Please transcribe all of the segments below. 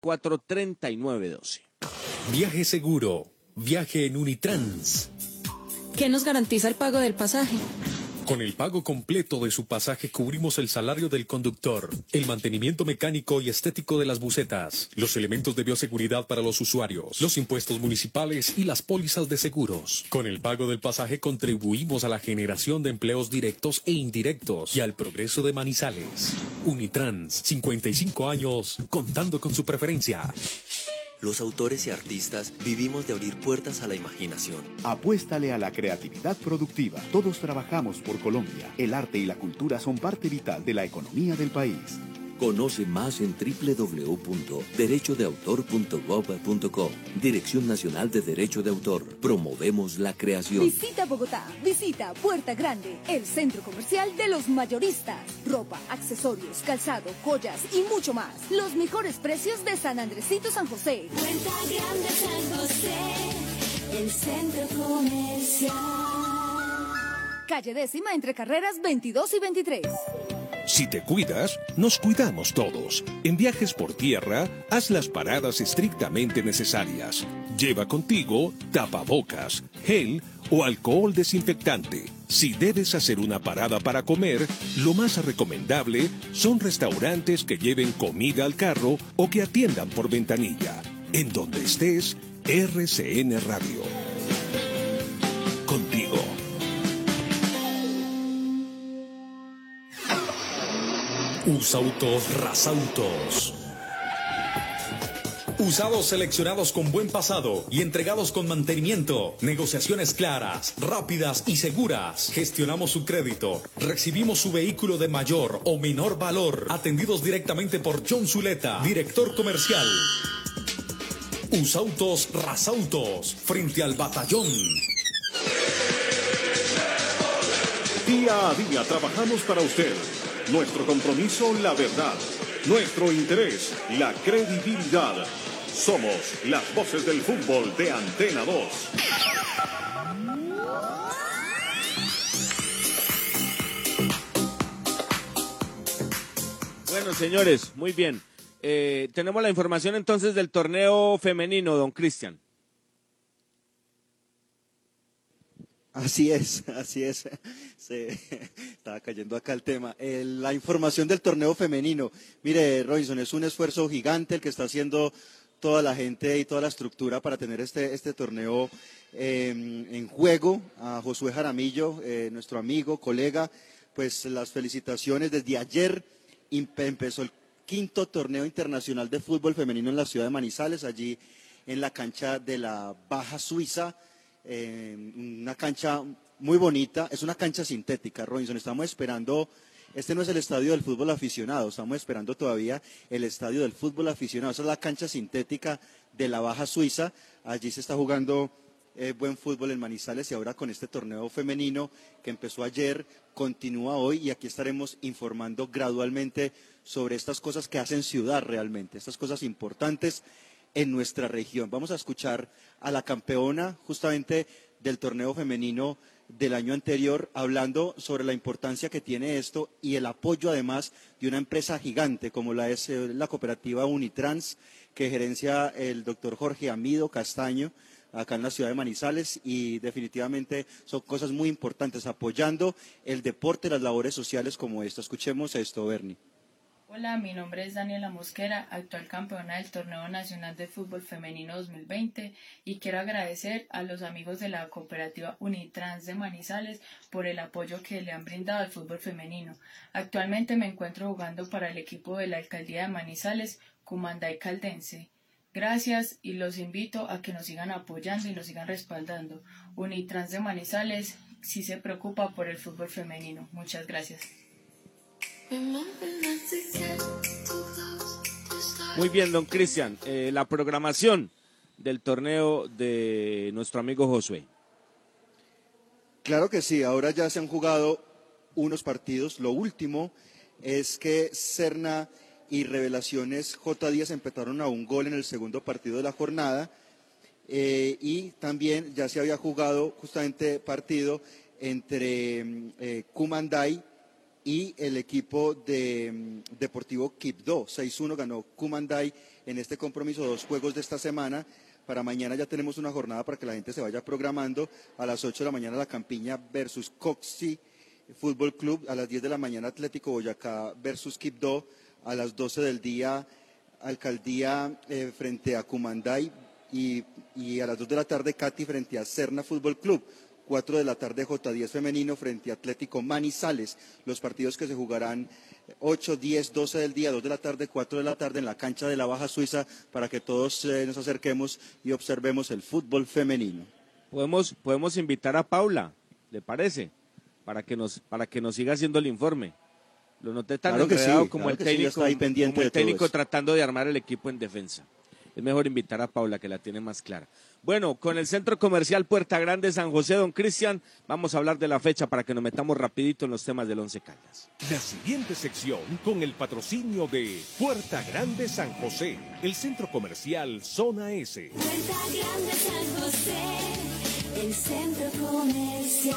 43912. Viaje seguro. Viaje en Unitrans. ¿Qué nos garantiza el pago del pasaje? Con el pago completo de su pasaje cubrimos el salario del conductor, el mantenimiento mecánico y estético de las busetas, los elementos de bioseguridad para los usuarios, los impuestos municipales y las pólizas de seguros. Con el pago del pasaje contribuimos a la generación de empleos directos e indirectos y al progreso de Manizales. Unitrans, 55 años, contando con su preferencia. Los autores y artistas vivimos de abrir puertas a la imaginación. Apuéstale a la creatividad productiva. Todos trabajamos por Colombia. El arte y la cultura son parte vital de la economía del país. Conoce más en www.derechodeautor.gov.co. Dirección Nacional de Derecho de Autor. Promovemos la creación. Visita Bogotá, visita Puerta Grande, el centro comercial de los mayoristas. Ropa, accesorios, calzado, joyas y mucho más. Los mejores precios de San Andresito, San José. Puerta Grande, San José, el centro comercial. Calle 10ª entre carreras 22 y 23. Si te cuidas, nos cuidamos todos. En viajes por tierra, haz las paradas estrictamente necesarias. Lleva contigo tapabocas, gel o alcohol desinfectante. Si debes hacer una parada para comer, lo más recomendable son restaurantes que lleven comida al carro o que atiendan por ventanilla. En donde estés, RCN Radio. Contigo. Usautos Rasautos. Usados seleccionados con buen pasado y entregados con mantenimiento. Negociaciones claras, rápidas y seguras. Gestionamos su crédito. Recibimos su vehículo de mayor o menor valor. Atendidos directamente por John Zuleta, director comercial. Usautos Rasautos, frente al batallón. Día a día trabajamos para usted. Nuestro compromiso, la verdad. Nuestro interés, la credibilidad. Somos las voces del fútbol de Antena 2. Bueno, señores, muy bien. Tenemos la información entonces del torneo femenino, don Cristian. Así es, así es. Estaba cayendo acá el tema. La información del torneo femenino. Mire, Robinson, es un esfuerzo gigante el que está haciendo toda la gente y toda la estructura para tener este torneo en juego. A Josué Jaramillo, nuestro amigo, colega, pues las felicitaciones. Desde ayer empezó el 5º torneo internacional de fútbol femenino en la ciudad de Manizales, allí en la cancha de la Baja Suiza. Una cancha muy bonita, es una cancha sintética, Robinson. Estamos esperando, este no es el estadio del fútbol aficionado, estamos esperando todavía el estadio del fútbol aficionado. Esa es la cancha sintética de la Baja Suiza. Allí se está jugando buen fútbol en Manizales, y ahora con este torneo femenino que empezó ayer, continúa hoy, y aquí estaremos informando gradualmente sobre estas cosas que hacen ciudad realmente, estas cosas importantes en nuestra región. Vamos a escuchar a la campeona justamente del torneo femenino del año anterior, hablando sobre la importancia que tiene esto y el apoyo además de una empresa gigante como la es la cooperativa Unitrans, que gerencia el doctor Jorge Amido Castaño, acá en la ciudad de Manizales, y definitivamente son cosas muy importantes, apoyando el deporte, las labores sociales como esta. Escuchemos esto, Bernie. Hola, mi nombre es Daniela Mosquera, actual campeona del Torneo Nacional de Fútbol Femenino 2020, y quiero agradecer a los amigos de la cooperativa Unitrans de Manizales por el apoyo que le han brindado al fútbol femenino. Actualmente me encuentro jugando para el equipo de la Alcaldía de Manizales, Cumanday Caldense. Gracias, y los invito a que nos sigan apoyando y nos sigan respaldando. Unitrans de Manizales sí se preocupa por el fútbol femenino. Muchas gracias. Muy bien, don Cristian. La programación del torneo de nuestro amigo Josué. Claro que sí, ahora ya se han jugado unos partidos. Lo último es que Serna y Revelaciones J. Díaz empataron a un gol en el segundo partido de la jornada, y también ya se había jugado justamente partido entre Cumanday y el equipo de Deportivo Quibdó. 6-1 ganó Kumandai en este compromiso, 2 juegos de esta semana. Para mañana ya tenemos una jornada para que la gente se vaya programando. A las 8 de la mañana La Campiña versus Coxi Fútbol Club. A las 10 de la mañana Atlético Boyacá versus Quibdó. A las 12 del día Alcaldía frente a Kumandai. Y a las 2 de la tarde Cati frente a Serna Fútbol Club. 4 de la tarde J10 femenino frente a Atlético Manizales. Los partidos que se jugarán 8, 10, 12 del día, 2 de la tarde, 4 de la tarde en la cancha de la Baja Suiza para que todos nos acerquemos y observemos el fútbol femenino. Podemos invitar a Paula, ¿le parece? Para que nos siga haciendo el informe. Lo noté tan claro enredado sí, como claro el técnico, técnico, ahí pendiente como el de todo técnico eso. tratando de armar el equipo en defensa. Es mejor invitar a Paula, que la tiene más clara. Bueno, con el Centro Comercial Puerta Grande San José, don Cristian, vamos a hablar de la fecha para que nos metamos rapidito en los temas del Once Caldas. La siguiente sección con el patrocinio de Puerta Grande San José, el Centro Comercial Zona S. Puerta Grande San José, el centro comercial.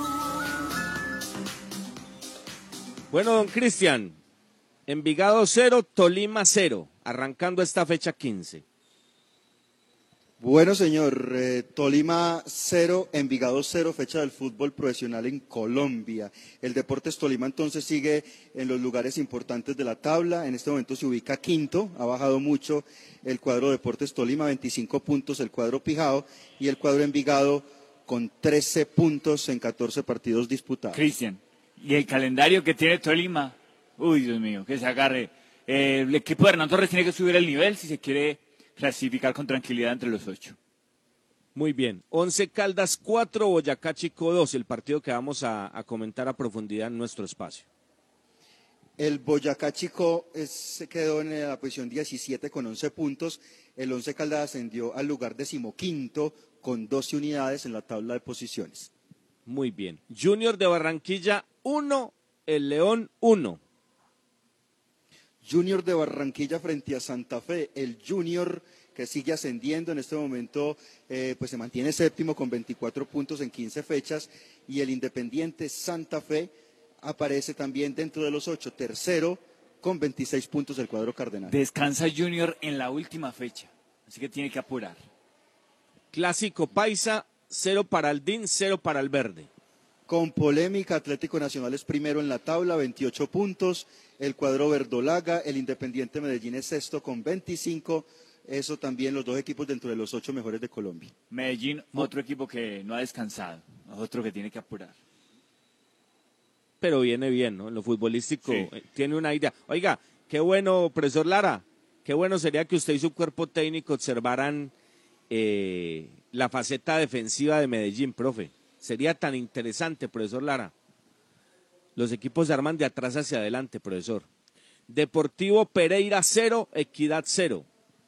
Bueno, don Cristian, Envigado 0, Tolima 0, arrancando esta fecha 15. Bueno, señor, Tolima 0, Envigado 0, fecha del fútbol profesional en Colombia. El Deportes Tolima entonces sigue en los lugares importantes de la tabla. En este momento se ubica quinto, ha bajado mucho el cuadro Deportes Tolima, 25 puntos el cuadro Pijao y el cuadro Envigado con 13 puntos en 14 partidos disputados. Cristian, ¿y el calendario que tiene Tolima? Uy, Dios mío, que se agarre. El equipo de Hernán Torres tiene que subir el nivel si se quiere clasificar con tranquilidad entre los 8. Muy bien. Once Caldas 4, Boyacá Chico 2, el partido que vamos a comentar a profundidad en nuestro espacio. El Boyacá Chico se quedó en la posición 17 con 11 puntos. El Once Caldas ascendió al lugar 15º con 12 unidades en la tabla de posiciones. Muy bien. Junior de Barranquilla 1, el León 1. Junior de Barranquilla frente a Santa Fe. El Junior que sigue ascendiendo en este momento pues se mantiene séptimo con 24 puntos en 15 fechas y el Independiente Santa Fe aparece también dentro de los 8, tercero con 26 puntos el cuadro cardenal. Descansa Junior en la última fecha, así que tiene que apurar. Clásico Paisa, 0 para el DIN, 0 para el Verde. Con polémica, Atlético Nacional es primero en la tabla, 28 puntos. El cuadro verdolaga, el Independiente Medellín es sexto con 25. Eso también los dos equipos dentro de los 8 mejores de Colombia. Medellín, otro equipo que no ha descansado, otro que tiene que apurar. Pero viene bien, ¿no? En lo futbolístico Sí. Tiene una idea. Oiga, qué bueno, profesor Lara, qué bueno sería que usted y su cuerpo técnico observaran la faceta defensiva de Medellín, profe. Sería tan interesante, profesor Lara. Los equipos se arman de atrás hacia adelante, profesor. Deportivo Pereira 0, Equidad 0.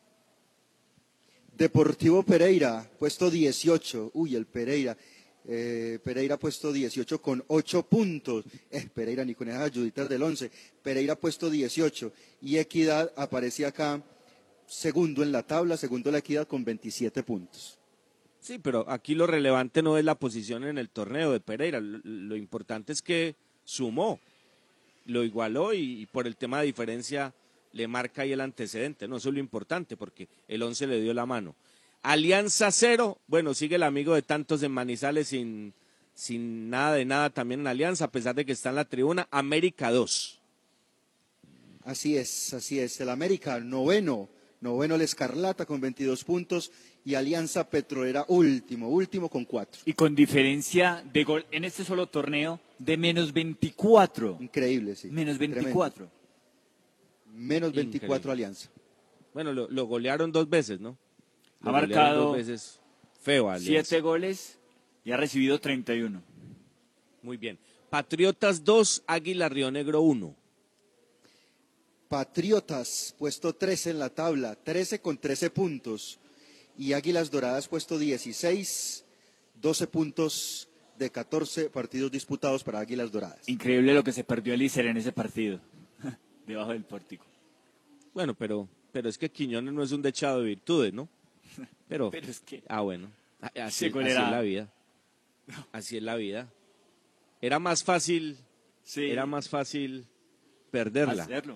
Deportivo Pereira, puesto 18. Uy, el Pereira. Pereira puesto 18 con 8 puntos. Pereira ni con esas ayuditas del 11. Pereira puesto 18. Y Equidad aparece acá segundo en la tabla, segundo la Equidad con 27 puntos. Sí, pero aquí lo relevante no es la posición en el torneo de Pereira. Lo importante es que sumó, lo igualó y por el tema de diferencia le marca ahí el antecedente. No, eso es lo importante porque el 11 le dio la mano. Alianza 0, bueno, sigue el amigo de tantos en Manizales sin nada de nada también en Alianza, a pesar de que está en la tribuna. América 2. Así es. El América, noveno el Escarlata con 22 puntos y Alianza Petrolera último con 4. Y con diferencia de gol en este solo torneo de menos 24. Increíble, sí. Menos 24. Tremendo. Menos 24 Increíble. Alianza. Bueno, lo golearon 2 veces, ¿no? Ha marcado 2 veces feo Alianza. 7 goles y ha recibido 31. Muy bien. Patriotas 2, Águila Río Negro 1. Patriotas, puesto 13 en la tabla, 13 con 13 puntos. Y Águilas Doradas, puesto 16, 12 puntos de 14 partidos disputados para Águilas Doradas. Increíble lo que se perdió Elícer en ese partido, debajo del pórtico. Bueno, pero es que Quiñones no es un dechado de virtudes, ¿no? Pero es que... bueno, así Ese gol es era- la vida. Así es la vida. Era más fácil Sí. Era más fácil perderla. Hacerlo.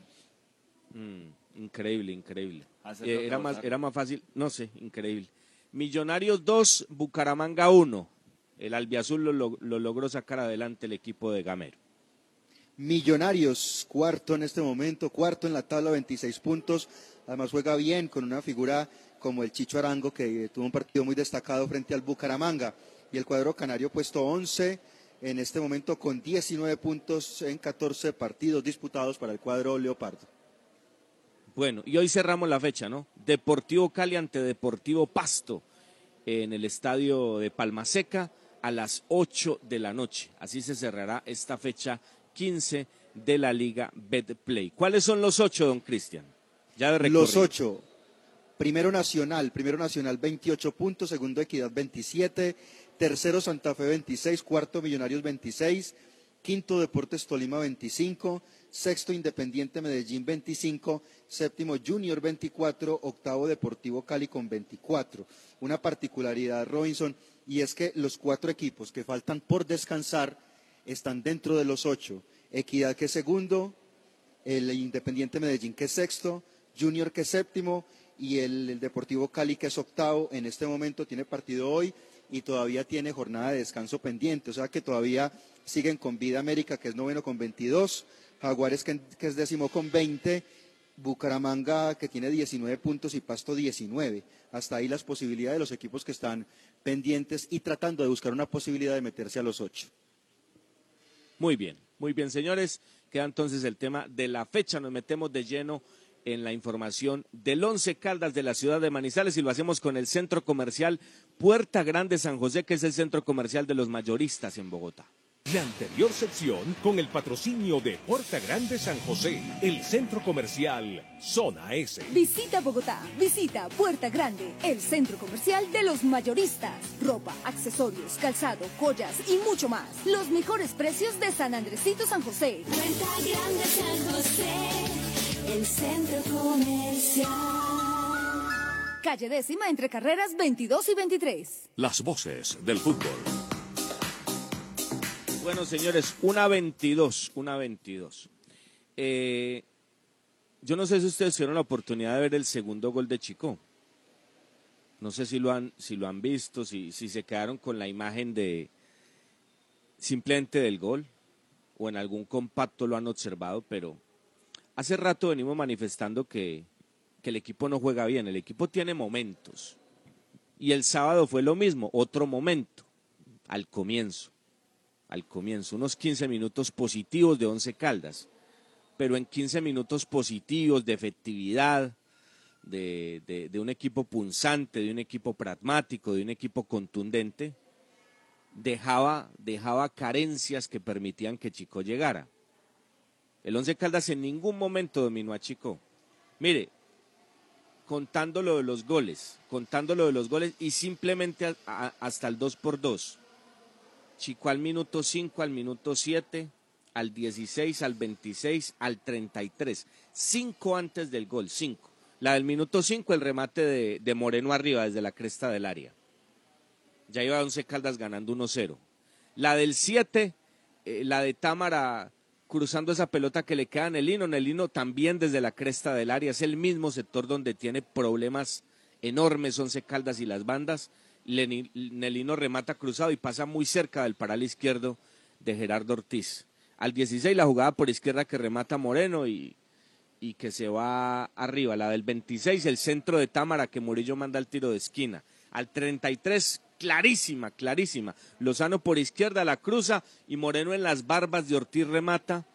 Increíble, increíble. Hacerlo Era más fácil, no sé, increíble. Millonarios 2, Bucaramanga 1. El albiazul lo logró sacar adelante el equipo de Gamero. Millonarios, cuarto en este momento, cuarto en la tabla, 26 puntos. Además juega bien con una figura como el Chicho Arango, que tuvo un partido muy destacado frente al Bucaramanga. Y el cuadro canario puesto 11 en este momento con 19 puntos en 14 partidos disputados para el cuadro Leopardo. Bueno, y hoy cerramos la fecha, ¿no? Deportivo Cali ante Deportivo Pasto en el estadio de Palmaseca a las 8 de la noche. Así se cerrará esta fecha 15 de la Liga Betplay. ¿Cuáles son los 8, don Cristian? Ya de recorrido. Los 8. Primero Nacional 28 puntos, segundo Equidad 27, tercero Santa Fe 26, cuarto Millonarios 26, quinto Deportes Tolima 25, sexto Independiente Medellín 25, séptimo Junior 24, octavo Deportivo Cali con 24. Una particularidad, Robinson, y es que los 4 equipos que faltan por descansar están dentro de los 8. Equidad que es segundo, el Independiente Medellín que es sexto, Junior que es séptimo y el Deportivo Cali que es octavo. En este momento tiene partido hoy y todavía tiene jornada de descanso pendiente, o sea que todavía siguen con vida América que es noveno con 22, Jaguares que es décimo con 20, Bucaramanga que tiene 19 puntos y Pasto 19. Hasta ahí las posibilidades de los equipos que están pendientes y tratando de buscar una posibilidad de meterse a los 8. Muy bien, señores. Queda entonces el tema de la fecha. Nos metemos de lleno en la información del Once Caldas de la ciudad de Manizales y lo hacemos con el centro comercial Puerta Grande San José, que es el centro comercial de los mayoristas en Bogotá. La anterior sección con el patrocinio de Puerta Grande San José, el centro comercial Zona S. Visita Bogotá, visita Puerta Grande, el centro comercial de los mayoristas. Ropa, accesorios, calzado, joyas y mucho más. Los mejores precios de San Andresito San José. Puerta Grande San José, el centro comercial. Calle Décima entre carreras 22 y 23. Las voces del fútbol. Bueno, señores, una 22. Yo no sé si ustedes tuvieron la oportunidad de ver el segundo gol de Chico. No sé si lo han visto, si se quedaron con la imagen de simplemente del gol o en algún compacto lo han observado, pero hace rato venimos manifestando que el equipo no juega bien, el equipo tiene momentos. Y el sábado fue lo mismo, otro momento, al comienzo, unos 15 minutos positivos de Once Caldas, pero en 15 minutos positivos de efectividad, de un equipo punzante, de un equipo pragmático, de un equipo contundente, dejaba carencias que permitían que Chico llegara. El Once Caldas en ningún momento dominó a Chico. Mire, contando lo de los goles y simplemente hasta el 2-2. Chico al minuto 5, al minuto 7, al 16, al 26, al 33. 5 antes del gol, 5. La del minuto 5, el remate de Moreno arriba desde la cresta del área. Ya iba Once Caldas ganando 1-0. La del 7, la de Támara cruzando esa pelota que le queda a Nelino. Nelino también desde la cresta del área. Es el mismo sector donde tiene problemas enormes Once Caldas y las bandas. Nelino remata cruzado y pasa muy cerca del paral izquierdo de Gerardo Ortiz. Al 16 la jugada por izquierda que remata Moreno y que se va arriba. La del 26 el centro de Támara que Murillo manda el tiro de esquina. Al 33 clarísima. Lozano por izquierda la cruza y Moreno en las barbas de Ortiz remata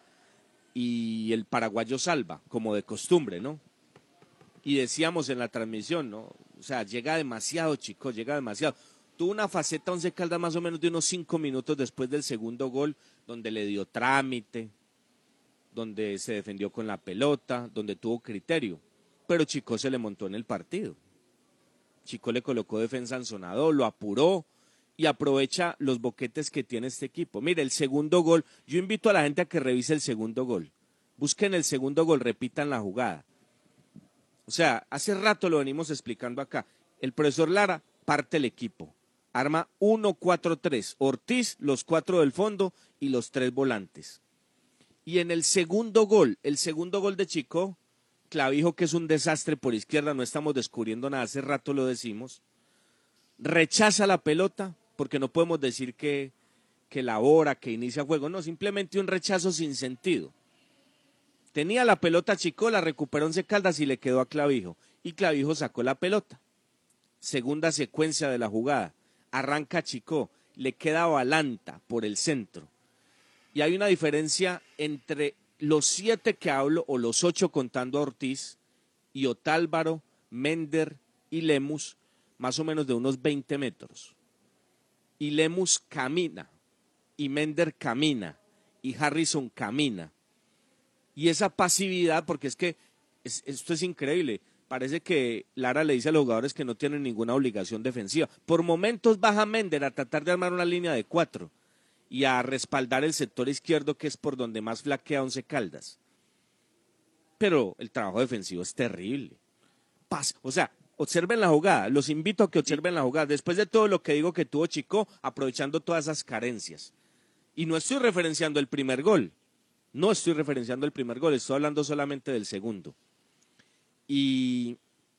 y el paraguayo salva, como de costumbre, ¿no? Y decíamos en la transmisión, ¿no? O sea, llega demasiado, Chico, llega demasiado. Tuvo una faceta Once Caldas más o menos de unos 5 minutos después del segundo gol, donde le dio trámite, donde se defendió con la pelota, donde tuvo criterio. Pero Chico se le montó en el partido. Chico le colocó defensa en zonado, lo apuró y aprovecha los boquetes que tiene este equipo. Mire, el segundo gol, yo invito a la gente a que revise el segundo gol. Busquen el segundo gol, repitan la jugada. O sea, hace rato lo venimos explicando acá. El profesor Lara parte el equipo. Arma 1-4-3. Ortiz, los 4 del fondo y los 3 volantes. Y en el segundo gol de Chico, Clavijo, que es un desastre por izquierda, no estamos descubriendo nada, hace rato lo decimos, rechaza la pelota, porque no podemos decir que elabora, que inicia juego, no, simplemente un rechazo sin sentido. Tenía la pelota Chico, la recuperó Once Caldas y le quedó a Clavijo, y Clavijo sacó la pelota. Segunda secuencia de la jugada, arranca Chico, le queda Balanta por el centro. Y hay una diferencia entre los 7 que hablo, o los 8 contando a Ortiz, y Otálvaro, Mender y Lemus, más o menos de unos 20 metros. Y Lemus camina, y Mender camina, y Harrison camina. Y esa pasividad, porque es que esto es increíble, parece que Lara le dice a los jugadores que no tienen ninguna obligación defensiva. Por momentos baja Mender a tratar de armar una línea de 4 y a respaldar el sector izquierdo, que es por donde más flaquea Once Caldas. Pero el trabajo defensivo es terrible. O sea, observen la jugada, los invito a que observen la jugada, después de todo lo que digo que tuvo Chico, aprovechando todas esas carencias. Y no estoy referenciando el primer gol, estoy hablando solamente del segundo. Y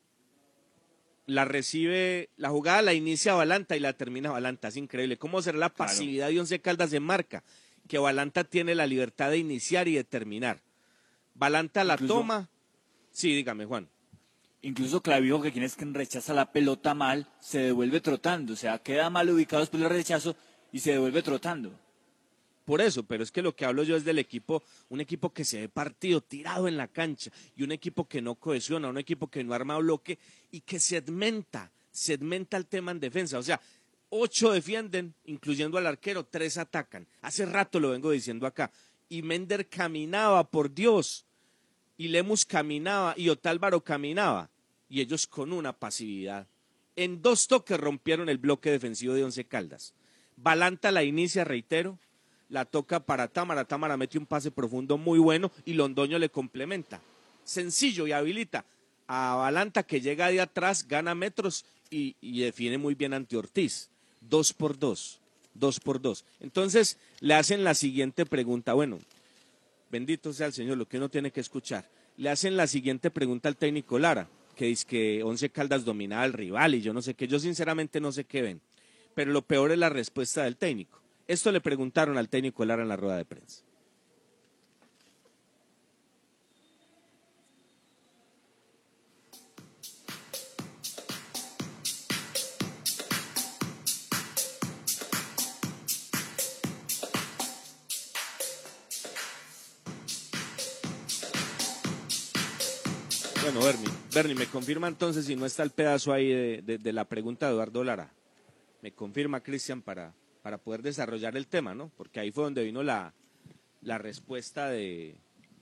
la jugada la inicia Balanta y la termina Balanta, es increíble. ¿Cómo será la pasividad de Once Caldas en marca? Que Balanta tiene la libertad de iniciar y de terminar. Balanta la toma. Sí, dígame, Juan. Incluso Clavijo, que quien es quien rechaza la pelota mal, se devuelve trotando, o sea, queda mal ubicado después del rechazo y se devuelve trotando. Por eso, pero es que lo que hablo yo es del equipo, un equipo que se ve partido, tirado en la cancha, y un equipo que no cohesiona, un equipo que no arma bloque y que segmenta el tema en defensa. O sea, 8 defienden, incluyendo al arquero, 3 atacan. Hace rato lo vengo diciendo acá. Y Mender caminaba, por Dios, y Lemus caminaba, y Otálvaro caminaba, y ellos con una pasividad. En 2 toques rompieron el bloque defensivo de Once Caldas. Balanta la inicia, reitero, la toca para Támara, Támara mete un pase profundo muy bueno y Londoño le complementa. Sencillo, y habilita a Balanta, que llega de atrás, gana metros y define muy bien ante Ortiz. 2 por 2. Entonces le hacen la siguiente pregunta, bueno, bendito sea el Señor, lo que uno tiene que escuchar. Le hacen la siguiente pregunta al técnico Lara, que dice que Once Caldas dominaba al rival y yo no sé qué, yo sinceramente no sé qué ven, pero lo peor es la respuesta del técnico. Esto le preguntaron al técnico Lara en la rueda de prensa. Bueno, Bernie, me confirma entonces si no está el pedazo ahí de la pregunta de Eduardo Lara. Me confirma, Cristian, para poder desarrollar el tema, ¿no? Porque ahí fue donde vino la respuesta del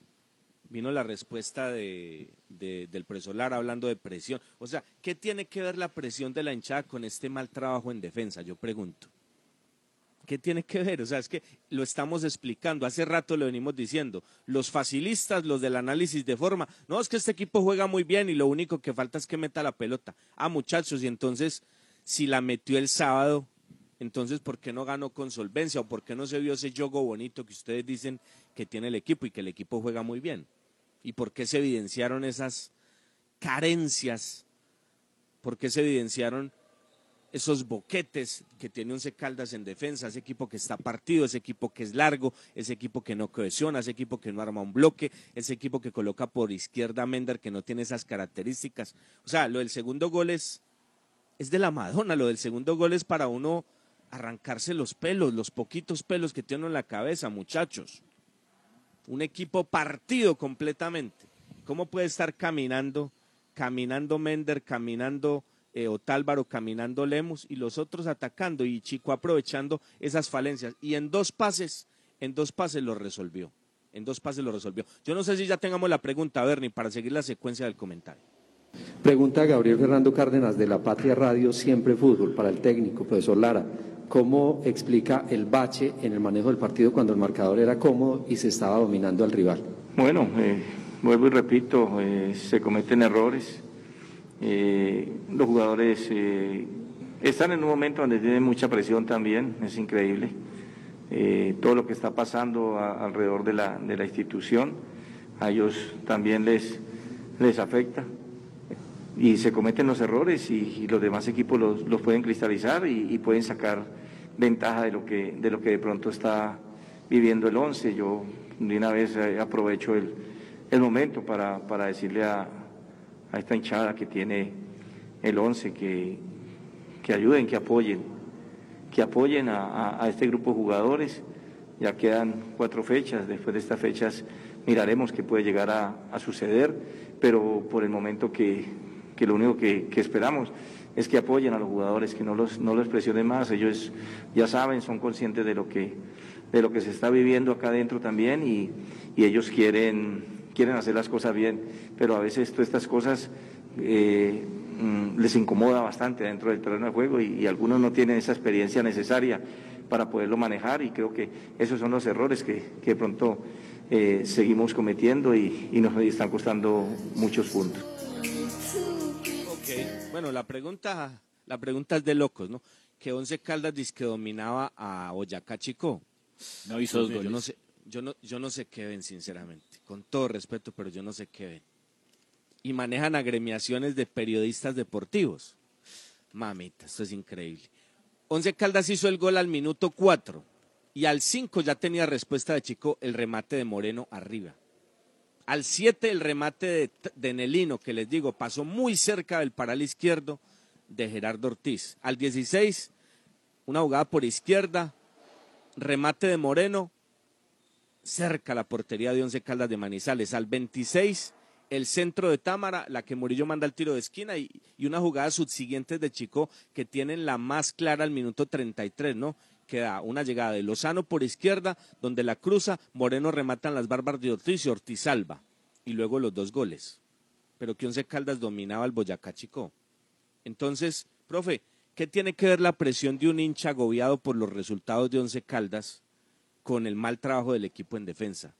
profesor Lara hablando de presión. O sea, ¿qué tiene que ver la presión de la hinchada con este mal trabajo en defensa? Yo pregunto. ¿Qué tiene que ver? O sea, es que lo estamos explicando, hace rato lo venimos diciendo, los facilistas, los del análisis de forma, no, es que este equipo juega muy bien y lo único que falta es que meta la pelota. Ah, muchachos, y entonces, si la metió el sábado, entonces, ¿por qué no ganó con solvencia? ¿O por qué no se vio ese juego bonito que ustedes dicen que tiene el equipo y que el equipo juega muy bien? ¿Y por qué se evidenciaron esas carencias? ¿Por qué se evidenciaron esos boquetes que tiene Once Caldas en defensa? Ese equipo que está partido, ese equipo que es largo, ese equipo que no cohesiona, ese equipo que no arma un bloque, ese equipo que coloca por izquierda a Mender, que no tiene esas características. O sea, lo del segundo gol es de la Madonna, lo del segundo gol es para uno arrancarse los pelos, los poquitos pelos que tiene en la cabeza, muchachos. Un equipo partido completamente. ¿Cómo puede estar caminando Mender, caminando Otálvaro, caminando Lemus y los otros atacando y Chico aprovechando esas falencias? Y en dos pases lo resolvió. Yo no sé si ya tengamos la pregunta, Bernie, para seguir la secuencia del comentario. Pregunta Gabriel Fernando Cárdenas de La Patria Radio, Siempre Fútbol, para el técnico, profesor Lara. ¿Cómo explica el bache en el manejo del partido cuando el marcador era cómodo y se estaba dominando al rival? Bueno, vuelvo y repito, se cometen errores. Los jugadores están en un momento donde tienen mucha presión también, es increíble. todo lo que está pasando alrededor de la institución. A ellos también les afecta y se cometen los errores y los demás equipos los pueden cristalizar y pueden sacar ventaja de lo que de pronto está viviendo el 11. Yo de una vez aprovecho el momento para decirle a esta hinchada que tiene el 11 que ayuden, que apoyen a este grupo de jugadores. Ya quedan 4 fechas, después de estas fechas miraremos qué puede llegar a suceder, pero por el momento que lo único que esperamos es que apoyen a los jugadores, que no los presionen más. Ellos ya saben, son conscientes de lo que se está viviendo acá adentro también y ellos quieren hacer las cosas bien, pero a veces todas estas cosas les incomoda bastante dentro del terreno de juego y algunos no tienen esa experiencia necesaria para poderlo manejar, y creo que esos son los errores que de pronto seguimos cometiendo y nos están costando muchos puntos. Okay. Bueno, la pregunta es de locos, ¿no? Que Once Caldas dice que dominaba a Boyacá Chicó. No hizo 2 goles. Yo no sé qué ven, sinceramente, con todo respeto, pero yo no sé qué ven. Y manejan agremiaciones de periodistas deportivos. Mamita, esto es increíble. Once Caldas hizo el gol al minuto 4 y al 5 ya tenía respuesta de Chico el remate de Moreno arriba. Al 7 el remate de Nelino, que les digo, pasó muy cerca del paral izquierdo de Gerardo Ortiz. Al 16, una jugada por izquierda, remate de Moreno, cerca la portería de Once Caldas de Manizales. Al 26, el centro de Támara, la que Murillo manda el tiro de esquina y una jugada subsiguientes de Chico que tienen la más clara al minuto 33, ¿no? Que da una llegada de Lozano por izquierda, donde la cruza, Moreno remata en las barbas de Ortiz y Ortiz salva. Y luego los 2 goles. Pero que Once Caldas dominaba al Boyacá Chicó. Entonces, profe, ¿qué tiene que ver la presión de un hincha agobiado por los resultados de Once Caldas con el mal trabajo del equipo en defensa?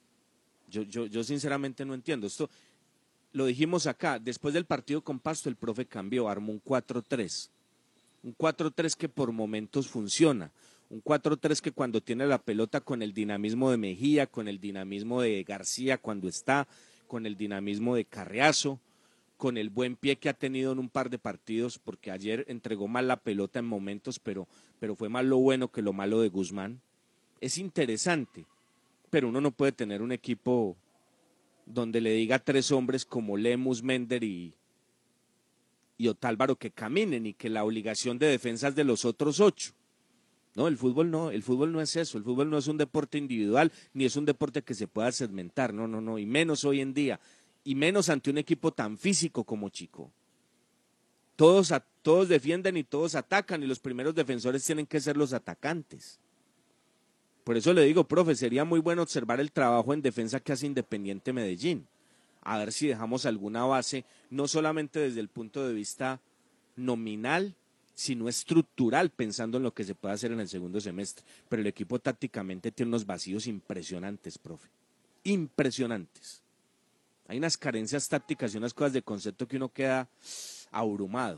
Yo sinceramente no entiendo. Esto lo dijimos acá, después del partido con Pasto el profe cambió, armó un 4-3. Un 4-3 que por momentos funciona. Un 4-3 que cuando tiene la pelota con el dinamismo de Mejía, con el dinamismo de García cuando está, con el dinamismo de Carriazo, con el buen pie que ha tenido en un par de partidos, porque ayer entregó mal la pelota en momentos, pero fue más lo bueno que lo malo de Guzmán. Es interesante, pero uno no puede tener un equipo donde le diga a 3 hombres como Lemus, Mender y Otálvaro que caminen y que la obligación de defensa es de los otros 8. No, el fútbol no es eso, el fútbol no es un deporte individual, ni es un deporte que se pueda segmentar, no, y menos hoy en día, y menos ante un equipo tan físico como Chico. Todos defienden y todos atacan, y los primeros defensores tienen que ser los atacantes. Por eso le digo, profe, sería muy bueno observar el trabajo en defensa que hace Independiente Medellín, a ver si dejamos alguna base, no solamente desde el punto de vista nominal, sino estructural, pensando en lo que se puede hacer en el segundo semestre. Pero el equipo tácticamente tiene unos vacíos impresionantes, profe, impresionantes. Hay unas carencias tácticas y unas cosas de concepto que uno queda abrumado.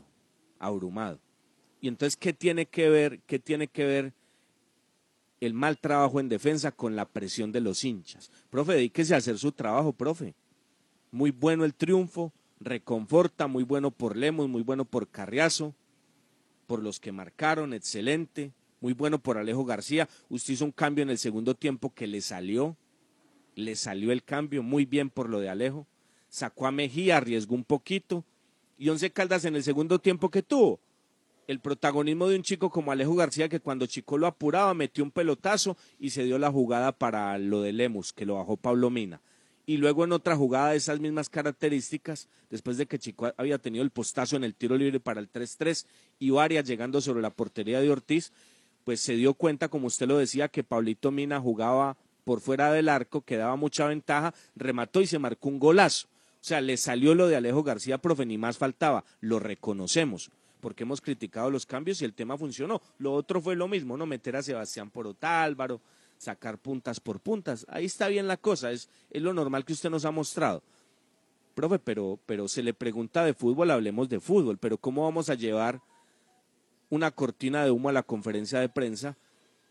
Y entonces, ¿qué tiene que ver el mal trabajo en defensa con la presión de los hinchas? Profe, dedíquese a hacer su trabajo, profe. Muy bueno el triunfo, reconforta, muy bueno por Lemos, muy bueno por Carriazo, por los que marcaron, excelente, muy bueno por Alejo García. Usted hizo un cambio en el segundo tiempo que le salió el cambio, muy bien por lo de Alejo. Sacó a Mejía, arriesgó un poquito, y Once Caldas en el segundo tiempo que tuvo el protagonismo de un chico como Alejo García, que cuando Chico lo apuraba metió un pelotazo y se dio la jugada para lo de Lemus, que lo bajó Pablo Mina. Y luego en otra jugada de esas mismas características, después de que Chico había tenido el postazo en el tiro libre para el 3-3 y Varias llegando sobre la portería de Ortiz, pues se dio cuenta, como usted lo decía, que Pablito Mina jugaba por fuera del arco, que daba mucha ventaja, remató y se marcó un golazo. O sea, le salió lo de Alejo García, profe, ni más faltaba, lo reconocemos, porque hemos criticado los cambios y el tema funcionó. Lo otro fue lo mismo, no meter a Sebastián por Otálvaro, sacar puntas por puntas, ahí está bien la cosa, es lo normal que usted nos ha mostrado. Profe, pero se le pregunta de fútbol, hablemos de fútbol, pero ¿cómo vamos a llevar una cortina de humo a la conferencia de prensa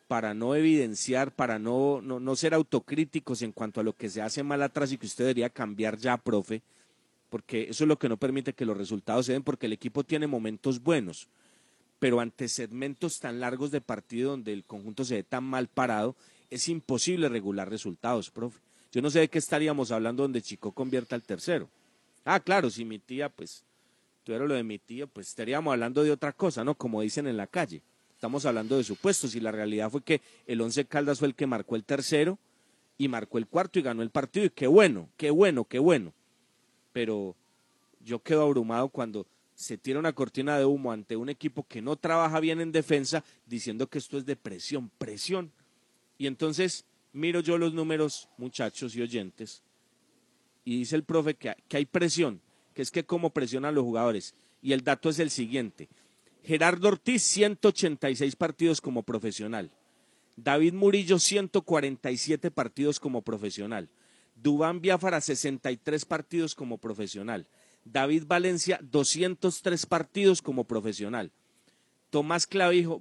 para no evidenciar, para no ser autocríticos en cuanto a lo que se hace mal atrás y que usted debería cambiar ya, profe, porque eso es lo que no permite que los resultados se den, porque el equipo tiene momentos buenos, pero ante segmentos tan largos de partido donde el conjunto se ve tan mal parado, es imposible regular resultados, profe. Yo no sé de qué estaríamos hablando donde Chico convierta el tercero. Ah, claro, si mi tía, pues, tuviera lo de mi tía, pues estaríamos hablando de otra cosa, ¿no? Como dicen en la calle. Estamos hablando de supuestos y la realidad fue que el Once Caldas fue el que marcó el tercero y marcó el cuarto y ganó el partido. Y qué bueno, qué bueno, qué bueno. Pero yo quedo abrumado cuando se tira una cortina de humo ante un equipo que no trabaja bien en defensa diciendo que esto es de presión, presión. Y entonces miro yo los números, muchachos y oyentes, y dice el profe que hay presión, que es que cómo presionan los jugadores. Y el dato es el siguiente. Gerardo Ortiz, 186 partidos como profesional. David Murillo, 147 partidos como profesional. Duván Biafara, 63 partidos como profesional. David Valencia, 203 partidos como profesional. Tomás Clavijo,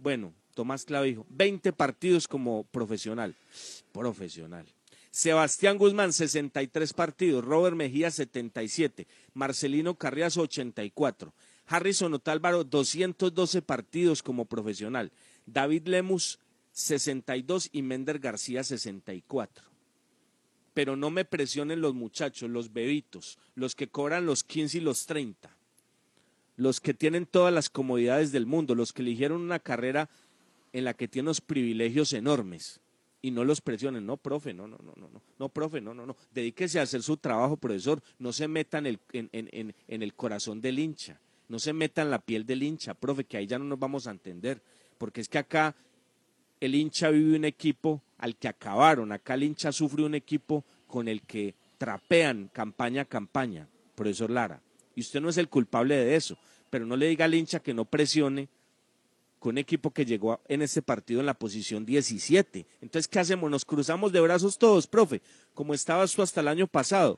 20 partidos como profesional. Sebastián Guzmán, 63 partidos. Robert Mejía, 77. Marcelino Carriazo, 84. Harrison Otálvaro, 212 partidos como profesional. David Lemus, 62 y Mender García, 64. Pero no me presionen los muchachos, los bebitos, los que cobran los 15 y los 30, los que tienen todas las comodidades del mundo, los que eligieron una carrera en la que tienen los privilegios enormes. Y no los presionen, no, profe, no, profe, no. Dedíquese a hacer su trabajo, profesor, no se meta en el corazón del hincha. No se meta en la piel del hincha, profe, que ahí ya no nos vamos a entender, porque es que acá el hincha vive un equipo al que acabaron, acá el hincha sufre un equipo con el que trapean campaña a campaña, profesor Lara, y usted no es el culpable de eso, pero no le diga al hincha que no presione con un equipo que llegó en este partido en la posición 17, entonces ¿qué hacemos? Nos cruzamos de brazos todos, profe, como estaba esto hasta el año pasado,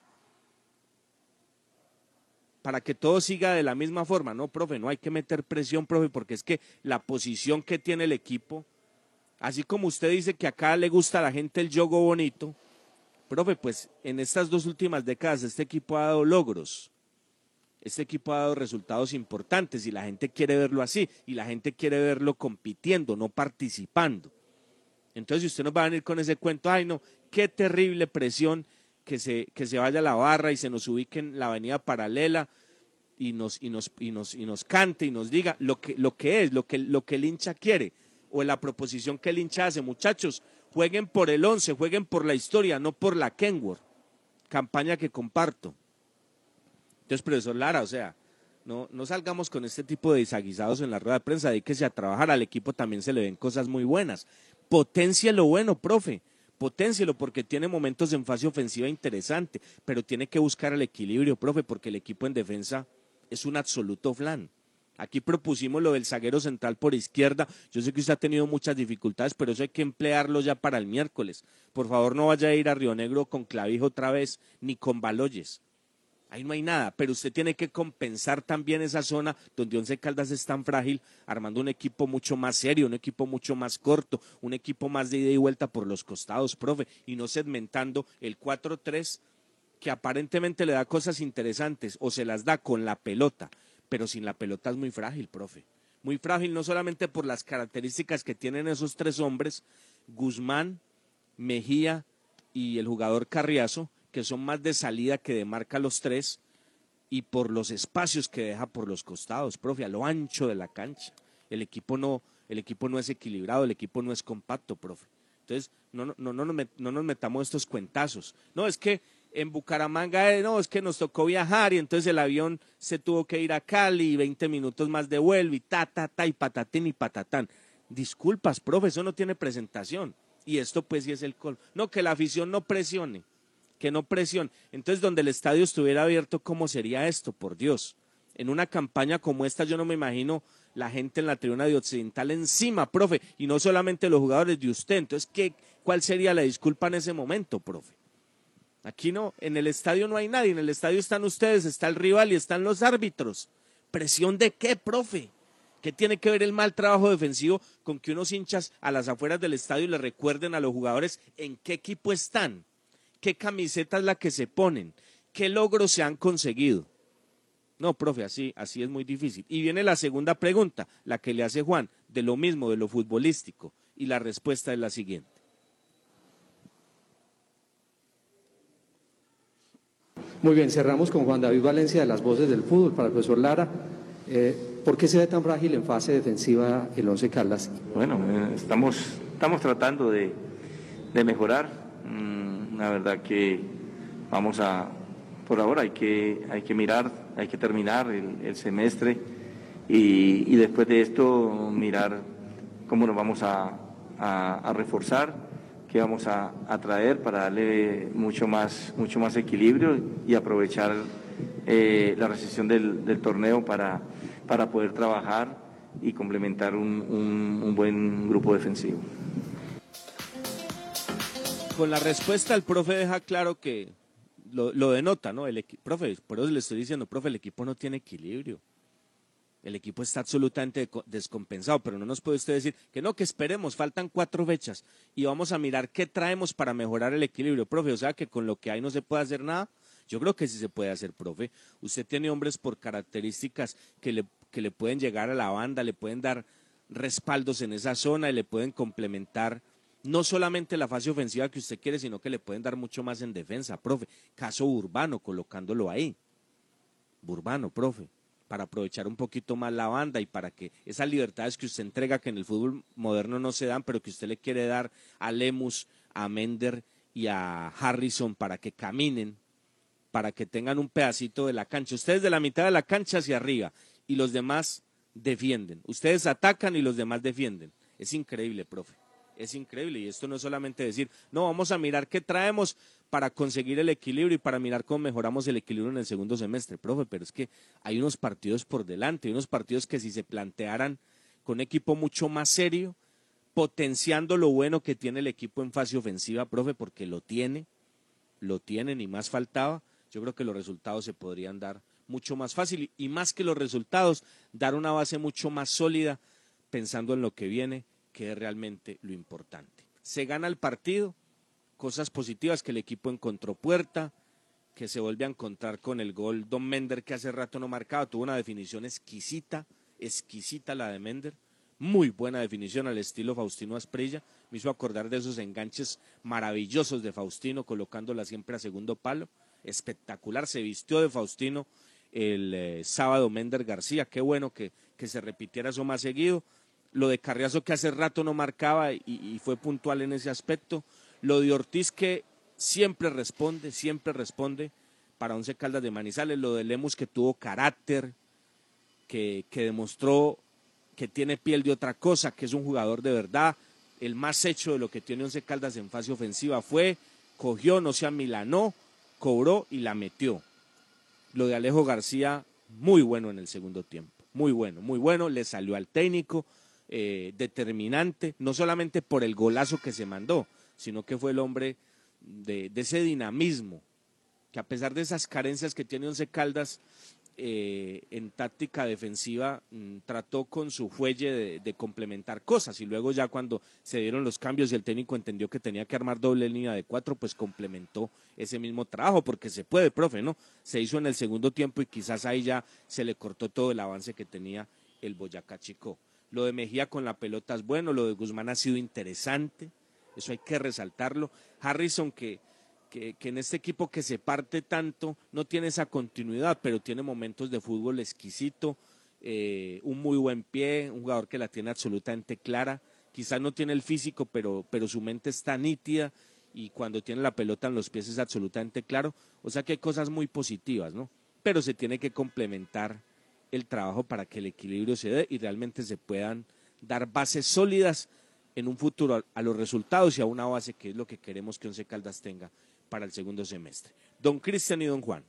para que todo siga de la misma forma. No, profe, no hay que meter presión, profe, porque es que la posición que tiene el equipo, así como usted dice que acá le gusta a la gente el juego bonito, profe, pues en estas 2 últimas décadas este equipo ha dado logros, este equipo ha dado resultados importantes y la gente quiere verlo así, y la gente quiere verlo compitiendo, no participando. Entonces si usted nos va a venir con ese cuento, ay no, qué terrible presión, que se vaya a la barra y se nos ubique en la avenida paralela y nos cante y nos diga lo que el hincha quiere o la proposición que el hincha hace. Muchachos, jueguen por el 11, jueguen por la historia, no por la Kenworth, campaña que comparto. Entonces, profesor Lara, o sea, no salgamos con este tipo de desaguisados en la rueda de prensa, dedíquese a trabajar, al equipo también se le ven cosas muy buenas. Potencie lo bueno, profe. Poténcielo porque tiene momentos en fase ofensiva interesante, pero tiene que buscar el equilibrio, profe, porque el equipo en defensa es un absoluto flan. Aquí propusimos lo del zaguero central por izquierda, yo sé que usted ha tenido muchas dificultades, pero eso hay que emplearlo ya para el miércoles. Por favor, no vaya a ir a Río Negro con Clavijo otra vez, ni con Baloyes. Ahí no hay nada, pero usted tiene que compensar también esa zona donde Once Caldas es tan frágil, armando un equipo mucho más serio, un equipo mucho más corto, un equipo más de ida y vuelta por los costados, profe, y no segmentando el 4-3 que aparentemente le da cosas interesantes o se las da con la pelota, pero sin la pelota es muy frágil, profe. Muy frágil no solamente por las características que tienen esos 3 hombres, Guzmán, Mejía y el jugador Carriazo, que son más de salida que de marca los 3, y por los espacios que deja por los costados, profe, a lo ancho de la cancha. El equipo no es equilibrado, el equipo no es compacto, profe. Entonces, no nos metamos estos cuentazos. No, es que en Bucaramanga, es que nos tocó viajar y entonces el avión se tuvo que ir a Cali y 20 minutos más de vuelo y y patatín y patatán. Disculpas, profe, eso no tiene presentación. Y esto pues sí es el colmo. No, que la afición no presione. Que no presión. Entonces, donde el estadio estuviera abierto, ¿cómo sería esto? Por Dios. En una campaña como esta, yo no me imagino la gente en la tribuna de Occidental encima, profe, y no solamente los jugadores de usted. Entonces, ¿cuál sería la disculpa en ese momento, profe? Aquí no, en el estadio no hay nadie, en el estadio están ustedes, está el rival y están los árbitros. ¿Presión de qué, profe? ¿Qué tiene que ver el mal trabajo defensivo con que unos hinchas a las afueras del estadio le recuerden a los jugadores en qué equipo están, qué camiseta es la que se ponen, qué logros se han conseguido? No, profe, así es muy difícil. Y viene la segunda pregunta, la que le hace Juan, de lo mismo, de lo futbolístico, y la respuesta es la siguiente. Muy bien, cerramos con Juan David Valencia de Las Voces del Fútbol para el profesor Lara. ¿Por qué se ve tan frágil en fase defensiva el Once Caldas? Bueno, estamos tratando de mejorar. La verdad que por ahora hay que mirar, hay que terminar el semestre y después de esto mirar cómo nos vamos a reforzar, qué vamos a traer para darle mucho más equilibrio y aprovechar la recesión del torneo para poder trabajar y complementar un buen grupo defensivo. Con la respuesta el profe deja claro que lo denota, ¿no? Profe, por eso le estoy diciendo, profe, el equipo no tiene equilibrio. El equipo está absolutamente descompensado, pero no nos puede usted decir que no, que esperemos, faltan 4 fechas y vamos a mirar qué traemos para mejorar el equilibrio, profe. O sea, que con lo que hay no se puede hacer nada. Yo creo que sí se puede hacer, profe. Usted tiene hombres por características que le pueden llegar a la banda, le pueden dar respaldos en esa zona y le pueden complementar no solamente la fase ofensiva que usted quiere, sino que le pueden dar mucho más en defensa, profe. Caso Urbano, colocándolo ahí. Urbano, profe, para aprovechar un poquito más la banda y para que esas libertades que usted entrega, que en el fútbol moderno no se dan, pero que usted le quiere dar a Lemus, a Mender y a Harrison para que caminen, para que tengan un pedacito de la cancha. Ustedes de la mitad de la cancha hacia arriba y los demás defienden. Ustedes atacan y los demás defienden. Es increíble, profe. Es increíble, y esto no es solamente decir, no, vamos a mirar qué traemos para conseguir el equilibrio y para mirar cómo mejoramos el equilibrio en el segundo semestre, profe, pero es que hay unos partidos por delante, hay unos partidos que si se plantearan con un equipo mucho más serio, potenciando lo bueno que tiene el equipo en fase ofensiva, profe, porque lo tiene, ni más faltaba, yo creo que los resultados se podrían dar mucho más fácil y más que los resultados, dar una base mucho más sólida pensando en lo que viene, que es realmente lo importante. Se gana el partido, cosas positivas, que el equipo encontró puerta, que se vuelve a encontrar con el gol Don Mender, que hace rato no marcaba, tuvo una definición exquisita la de Mender, muy buena definición al estilo Faustino Asprilla, me hizo acordar de esos enganches maravillosos de Faustino, colocándola siempre a segundo palo, espectacular, se vistió de Faustino el sábado Mender García, qué bueno que se repitiera eso más seguido. Lo de Carriazo, que hace rato no marcaba y fue puntual en ese aspecto. Lo de Ortiz, que siempre responde para Once Caldas de Manizales. Lo de Lemus, que tuvo carácter, que demostró que tiene piel de otra cosa, que es un jugador de verdad. El más hecho de lo que tiene Once Caldas en fase ofensiva cogió, no se amilanó, cobró y la metió. Lo de Alejo García, muy bueno en el segundo tiempo. Muy bueno, le salió al técnico. Determinante, no solamente por el golazo que se mandó, sino que fue el hombre de ese dinamismo, que a pesar de esas carencias que tiene Once Caldas en táctica defensiva, trató con su fuelle de complementar cosas, y luego ya cuando se dieron los cambios y el técnico entendió que tenía que armar doble línea de 4, pues complementó ese mismo trabajo, porque se puede, profe, ¿no? Se hizo en el segundo tiempo y quizás ahí ya se le cortó todo el avance que tenía el Boyacá Chicó. Lo de Mejía con la pelota es bueno, lo de Guzmán ha sido interesante, eso hay que resaltarlo. Harrison, que en este equipo que se parte tanto, no tiene esa continuidad, pero tiene momentos de fútbol exquisito, un muy buen pie, un jugador que la tiene absolutamente clara, quizás no tiene el físico, pero su mente está nítida, y cuando tiene la pelota en los pies es absolutamente claro, o sea que hay cosas muy positivas, ¿no? Pero se tiene que complementar el trabajo para que el equilibrio se dé y realmente se puedan dar bases sólidas en un futuro a los resultados y a una base que es lo que queremos que Once Caldas tenga para el segundo semestre. Don Cristian y don Juan.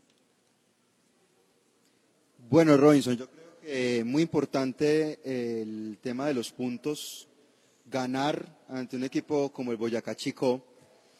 Bueno, Robinson, yo creo que muy importante el tema de los puntos, ganar ante un equipo como el Boyacá Chicó.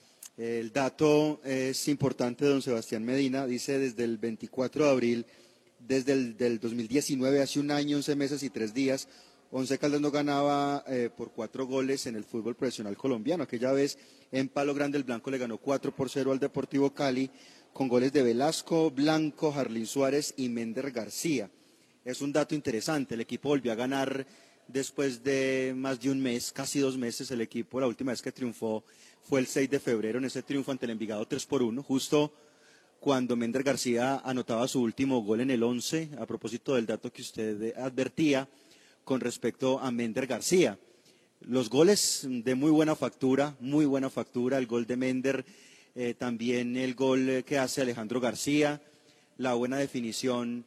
El dato es importante de don Sebastián Medina, dice desde el 24 de abril desde el 2019, hace un año, 11 meses y 3 días, Once Caldas no ganaba por 4 goles en el fútbol profesional colombiano. Aquella vez en Palo Grande el Blanco le ganó 4-0 al Deportivo Cali con goles de Velasco, Blanco, Jarlín Suárez y Méndez García. Es un dato interesante, el equipo volvió a ganar después de más de un mes, casi 2 meses. El equipo, la última vez que triunfó fue el 6 de febrero en ese triunfo ante el Envigado 3-1, justo cuando Méndez García anotaba su último gol en el 11, a propósito del dato que usted advertía con respecto a Méndez García. Los goles de muy buena factura, el gol de Méndez, también el gol que hace Alejandro García, la buena definición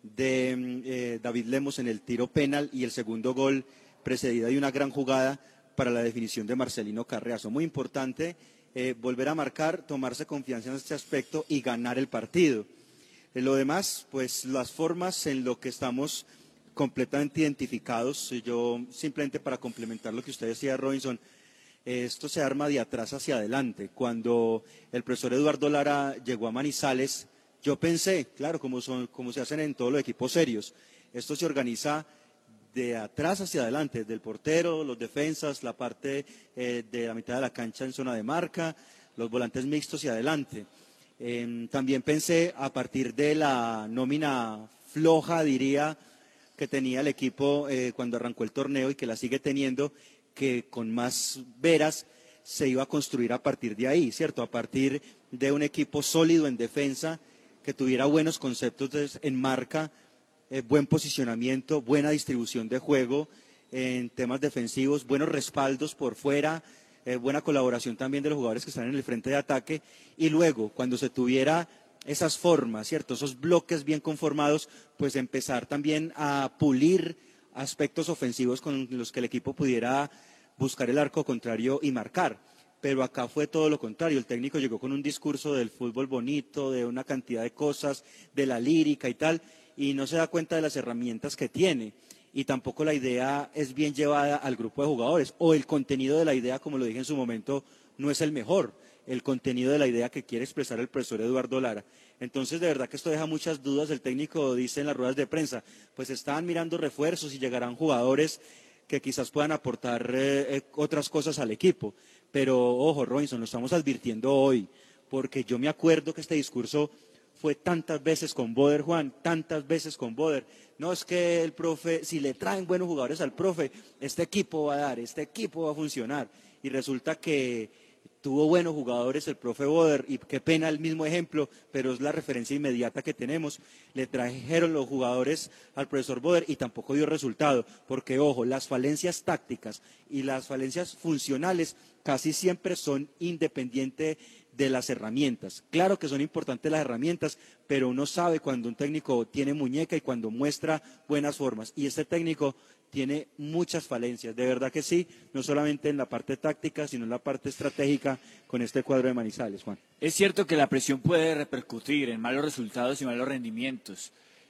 de David Lemos en el tiro penal y el segundo gol precedida de una gran jugada para la definición de Marcelino Carreazo. Muy importante volver a marcar, tomarse confianza en este aspecto y ganar el partido. Lo demás, pues las formas en lo que estamos completamente identificados. Yo simplemente para complementar lo que usted decía, Robinson, esto se arma de atrás hacia adelante. Cuando el profesor Eduardo Lara llegó a Manizales, yo pensé, claro, como se hacen en todos los equipos serios, esto se organiza de atrás hacia adelante, del portero, los defensas, la parte de la mitad de la cancha en zona de marca, los volantes mixtos y adelante. También pensé a partir de la nómina floja, diría, que tenía el equipo cuando arrancó el torneo y que la sigue teniendo, que con más veras se iba a construir a partir de ahí, ¿cierto? A partir de un equipo sólido en defensa, que tuviera buenos conceptos en marca, buen posicionamiento, buena distribución de juego en temas defensivos, buenos respaldos por fuera, buena colaboración también de los jugadores que están en el frente de ataque, y luego, cuando se tuviera esas formas, ¿cierto? Esos bloques bien conformados, pues empezar también a pulir aspectos ofensivos con los que el equipo pudiera buscar el arco contrario y marcar. Pero acá fue todo lo contrario, el técnico llegó con un discurso del fútbol bonito, de una cantidad de cosas, de la lírica y tal, y no se da cuenta de las herramientas que tiene. Y tampoco la idea es bien llevada al grupo de jugadores, o el contenido de la idea, como lo dije en su momento, no es el mejor. El contenido de la idea que quiere expresar el profesor Eduardo Lara. Entonces, de verdad que esto deja muchas dudas. El técnico dice en las ruedas de prensa, pues estaban mirando refuerzos y llegarán jugadores que quizás puedan aportar otras cosas al equipo. Pero, ojo, Robinson, lo estamos advirtiendo hoy, porque yo me acuerdo que este discurso fue tantas veces con Boder, Juan, tantas veces con Boder. No es que el profe, si le traen buenos jugadores al profe, este equipo va a dar, este equipo va a funcionar. Y resulta que tuvo buenos jugadores el profe Boder, y qué pena el mismo ejemplo, pero es la referencia inmediata que tenemos. Le trajeron los jugadores al profesor Boder y tampoco dio resultado, porque ojo, las falencias tácticas y las falencias funcionales casi siempre son independientes de las herramientas. Claro que son importantes las herramientas, pero uno sabe cuando un técnico tiene muñeca y cuando muestra buenas formas, y este técnico tiene muchas falencias, de verdad que sí, no solamente en la parte táctica, sino en la parte estratégica con este cuadro de Manizales, Juan. Es cierto que la presión puede repercutir en malos resultados y malos rendimientos.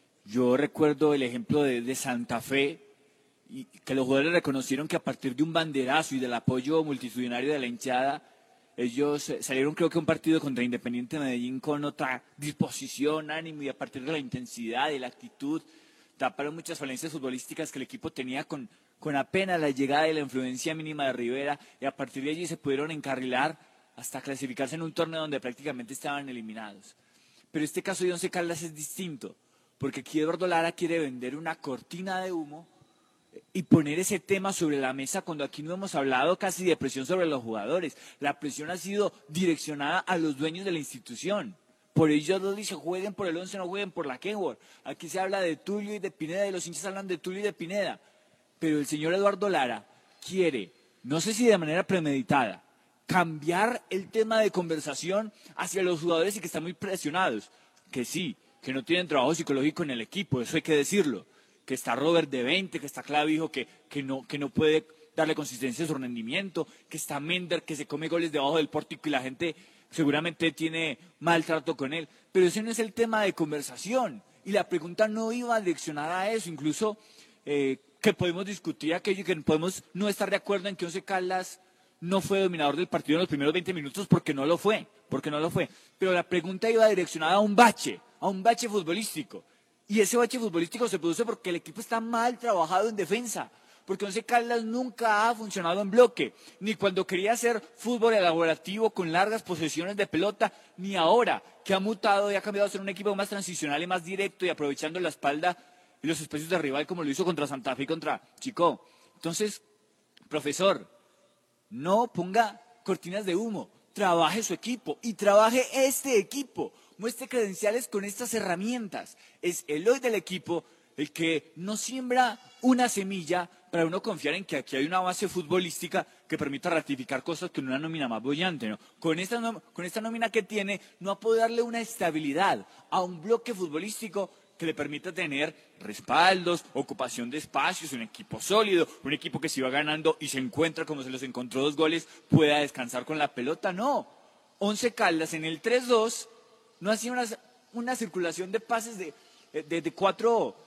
Yo recuerdo el ejemplo de Santa Fe, y que los jugadores reconocieron que a partir de un banderazo y del apoyo multitudinario de la hinchada, ellos salieron, creo que un partido contra Independiente Medellín con otra disposición, ánimo, y a partir de la intensidad y la actitud taparon muchas falencias futbolísticas que el equipo tenía con apenas la llegada y la influencia mínima de Rivera, y a partir de allí se pudieron encarrilar hasta clasificarse en un torneo donde prácticamente estaban eliminados. Pero este caso de Once Caldas es distinto, porque aquí Eduardo Lara quiere vender una cortina de humo y poner ese tema sobre la mesa cuando aquí no hemos hablado casi de presión sobre los jugadores. La presión ha sido direccionada a los dueños de la institución. Por ello los dicen, jueguen por el 11, no jueguen por la Kenworth. Aquí se habla de Tulio y de Pineda, y los hinchas hablan de Tulio y de Pineda. Pero el señor Eduardo Lara quiere, no sé si de manera premeditada, cambiar el tema de conversación hacia los jugadores y que están muy presionados. Que sí, que no tienen trabajo psicológico en el equipo, eso hay que decirlo. Que está Robert de 20, que está Clavijo, que no puede darle consistencia a su rendimiento, que está Mender, que se come goles debajo del pórtico y la gente seguramente tiene maltrato con él, pero ese no es el tema de conversación, y la pregunta no iba direccionada a eso, incluso que podemos discutir aquello, que podemos no estar de acuerdo en que Once Caldas no fue dominador del partido en los primeros 20 minutos, porque no lo fue, pero la pregunta iba direccionada a un bache futbolístico, Y ese bache futbolístico se produce porque el equipo está mal trabajado en defensa. Porque Once Caldas nunca ha funcionado en bloque, ni cuando quería hacer fútbol elaborativo con largas posesiones de pelota, ni ahora, que ha mutado y ha cambiado a ser un equipo más transicional y más directo y aprovechando la espalda y los espacios de rival como lo hizo contra Santa Fe y contra Chico. Entonces, profesor, no ponga cortinas de humo, trabaje su equipo y trabaje este equipo, muestre credenciales con estas herramientas. Es el hoy del equipo el que no siembra una semilla para uno confiar en que aquí hay una base futbolística que permita ratificar cosas que en una nómina más bollante, ¿no? Con esta nómina que tiene, no ha podido darle una estabilidad a un bloque futbolístico que le permita tener respaldos, ocupación de espacios, un equipo sólido, un equipo que si va ganando y se encuentra como se los encontró 2 goles, pueda descansar con la pelota. No, Once Caldas en el 3-2 no hacía una circulación de pases de 4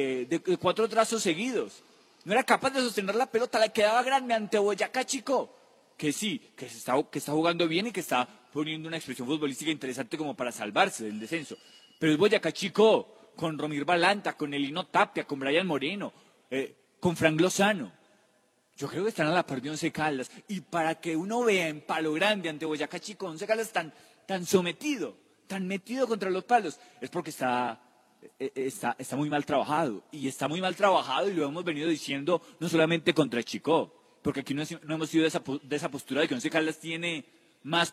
trazos seguidos. No era capaz de sostener la pelota, le quedaba grande ante Boyacá Chico, que sí, que está jugando bien y que está poniendo una expresión futbolística interesante como para salvarse del descenso. Pero es Boyacá Chico, con Romir Balanta, con Elino Tapia, con Brian Moreno, con Frank Lozano. Yo creo que están a la par de Once Caldas. Y para que uno vea en palo grande ante Boyacá Chico, Once Caldas tan sometido, tan metido contra los palos, es porque está muy mal trabajado, y está muy mal trabajado y lo hemos venido diciendo no solamente contra Chico, porque aquí no hemos sido de esa postura de que Once Caldas tiene menos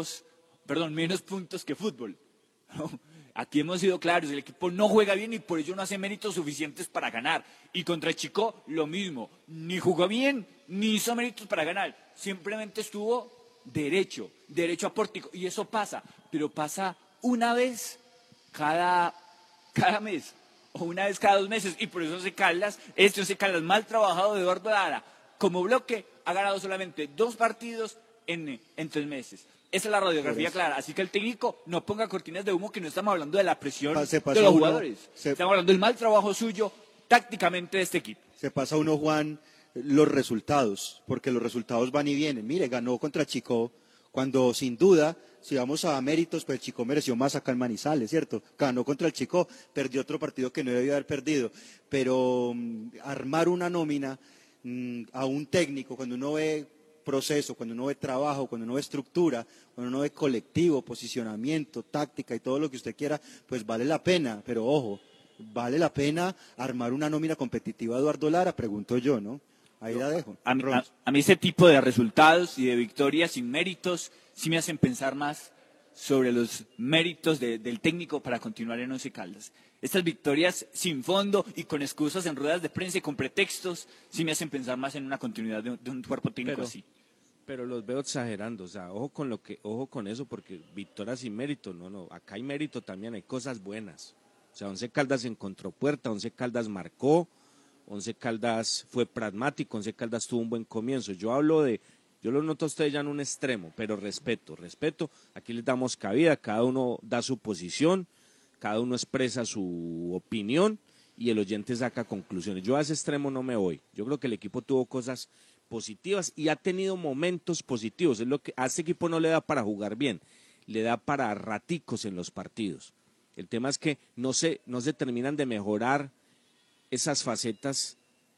puntos que fútbol. ¿No? Aquí hemos sido claros, el equipo no juega bien y por ello no hace méritos suficientes para ganar. Y contra Chico lo mismo, ni jugó bien ni hizo méritos para ganar, simplemente estuvo derecho a pórtico, y eso pasa, pero pasa una vez cada mes, o una vez cada 2 meses, y por eso Once Caldas mal trabajado de Eduardo Lara, como bloque, ha ganado solamente 2 partidos en 3 meses. Esa es la radiografía clara, así que el técnico no ponga cortinas de humo, que no estamos hablando de la presión de los jugadores, estamos hablando del mal trabajo suyo tácticamente de este equipo. Se pasa uno, Juan, los resultados, porque los resultados van y vienen. Mire, ganó contra Chico, cuando sin duda, si vamos a méritos, pues Chico mereció más acá en Manizales, ¿cierto? Ganó contra el Chico, perdió otro partido que no debía haber perdido, pero armar una nómina a un técnico, cuando uno ve proceso, cuando uno ve trabajo, cuando uno ve estructura, cuando uno ve colectivo, posicionamiento, táctica y todo lo que usted quiera, pues vale la pena, pero ojo, vale la pena armar una nómina competitiva a Eduardo Lara, pregunto yo, ¿no? Ahí la dejo. A mí ese tipo de resultados y de victorias sin méritos sí me hacen pensar más sobre los méritos del técnico para continuar en Once Caldas. Estas victorias sin fondo y con excusas en ruedas de prensa y con pretextos sí me hacen pensar más en una continuidad de un cuerpo técnico así. Pero los veo exagerando, o sea, ojo con eso, porque victoria sin mérito, no, acá hay mérito también, hay cosas buenas. O sea, Once Caldas encontró puerta, Once Caldas marcó, Once Caldas fue pragmático, Once Caldas tuvo un buen comienzo. Yo lo noto a ustedes ya en un extremo, pero respeto, aquí les damos cabida, cada uno da su posición, cada uno expresa su opinión y el oyente saca conclusiones. Yo a ese extremo no me voy, yo creo que el equipo tuvo cosas positivas y ha tenido momentos positivos, es lo que a este equipo no le da para jugar bien, le da para raticos en los partidos. El tema es que no se terminan de mejorar esas facetas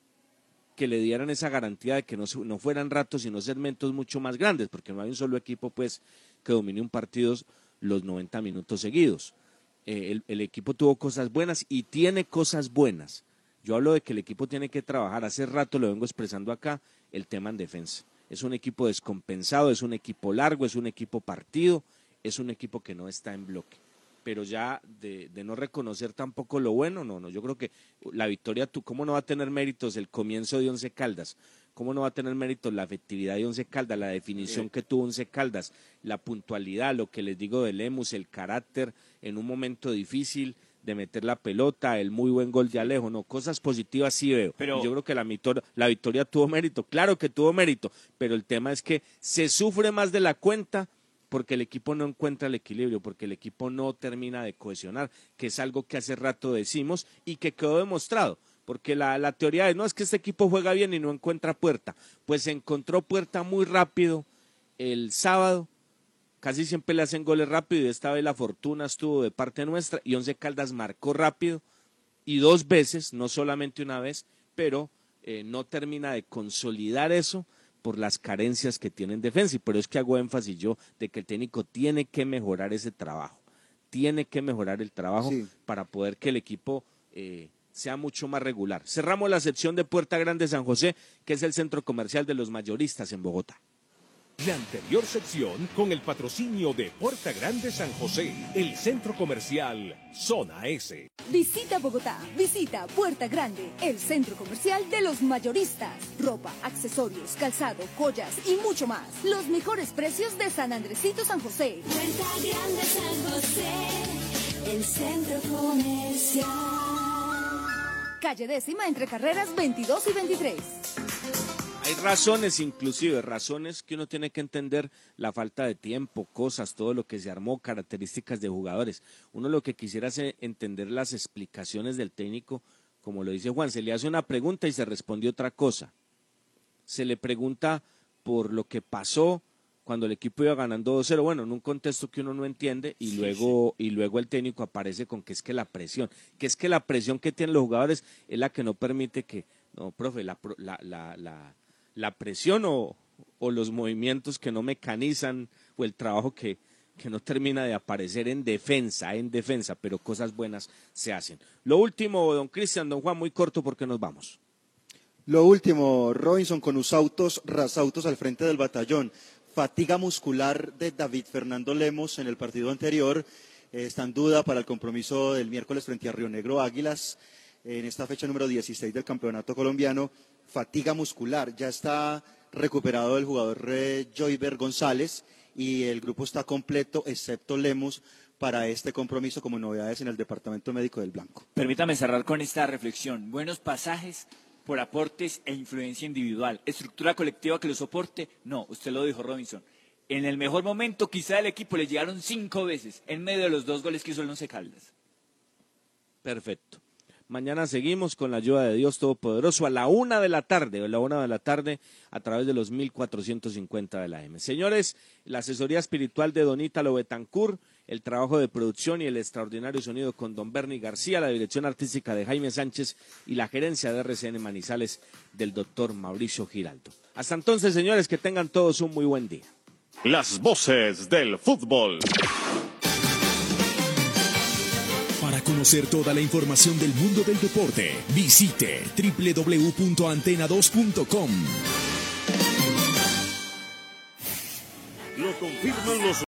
que le dieran esa garantía de que no fueran ratos sino segmentos mucho más grandes, porque no hay un solo equipo pues que domine un partido los 90 minutos seguidos. El equipo tuvo cosas buenas y tiene cosas buenas. Yo hablo de que el equipo tiene que trabajar, hace rato lo vengo expresando acá, el tema en defensa. Es un equipo descompensado, es un equipo largo, es un equipo partido, es un equipo que no está en bloque. Pero ya de no reconocer tampoco lo bueno, no, yo creo que la victoria, ¿cómo no va a tener méritos el comienzo de Once Caldas? ¿Cómo no va a tener méritos la efectividad de Once Caldas, la definición que tuvo Once Caldas, la puntualidad, lo que les digo de Lemus, el carácter en un momento difícil de meter la pelota, el muy buen gol de Alejo, no, cosas positivas sí veo. Pero yo creo que la victoria tuvo mérito, claro que tuvo mérito, pero el tema es que se sufre más de la cuenta porque el equipo no encuentra el equilibrio, porque el equipo no termina de cohesionar, que es algo que hace rato decimos y que quedó demostrado, porque la teoría es, no, es que este equipo juega bien y no encuentra puerta, pues encontró puerta muy rápido el sábado, casi siempre le hacen goles rápido y esta vez la fortuna estuvo de parte nuestra y Once Caldas marcó rápido y 2 veces, no solamente una vez, pero no termina de consolidar eso por las carencias que tiene en defensa. Y por eso es que hago énfasis yo de que el técnico tiene que mejorar ese trabajo, tiene que mejorar el trabajo para poder que el equipo sea mucho más regular. Cerramos la sección de Puerta Grande San José, que es el centro comercial de los mayoristas en Bogotá. La anterior sección con el patrocinio de Puerta Grande San José, el centro comercial Zona S. Visita Bogotá, visita Puerta Grande, el centro comercial de los mayoristas. Ropa, accesorios, calzado, joyas y mucho más. Los mejores precios de San Andresito San José. Puerta Grande San José, el centro comercial. Calle 10ª entre carreras 22 y 23. Hay razones, inclusive, razones que uno tiene que entender, la falta de tiempo, cosas, todo lo que se armó, características de jugadores. Uno lo que quisiera es entender las explicaciones del técnico, como lo dice Juan, se le hace una pregunta y se responde otra cosa. Se le pregunta por lo que pasó cuando el equipo iba ganando 2-0, bueno, en un contexto que uno no entiende, y luego el técnico aparece con que es que la presión que tienen los jugadores es la que no permite que, no, profe, la presión o los movimientos que no mecanizan o el trabajo que no termina de aparecer en defensa, pero cosas buenas se hacen. Lo último, don Cristian, don Juan, muy corto porque nos vamos. Lo último, Robinson con Usautos, Rasautos al frente del batallón. Fatiga muscular de David Fernando Lemos en el partido anterior. Está en duda para el compromiso del miércoles frente a Río Negro Águilas, en esta fecha número 16 del campeonato colombiano. Fatiga muscular, ya está recuperado el jugador Joyver González y el grupo está completo excepto Lemos para este compromiso como novedades en el departamento médico del Blanco. Permítame cerrar con esta reflexión. Buenos pasajes por aportes e influencia individual. ¿Estructura colectiva que lo soporte? No, usted lo dijo, Robinson. En el mejor momento quizá el equipo le llegaron 5 veces en medio de los 2 goles que hizo el Once Caldas. Perfecto. Mañana seguimos con la ayuda de Dios Todopoderoso a la 1 de la tarde, a través de los 1450 de la AM. Señores, la asesoría espiritual de Don Ítalo Betancourt, el trabajo de producción y el extraordinario sonido con don Bernie García, la dirección artística de Jaime Sánchez y la gerencia de RCN Manizales del doctor Mauricio Giraldo. Hasta entonces, señores, que tengan todos un muy buen día. Las voces del fútbol. Para conocer toda la información del mundo del deporte, visite www.antena2.com. Lo confirman los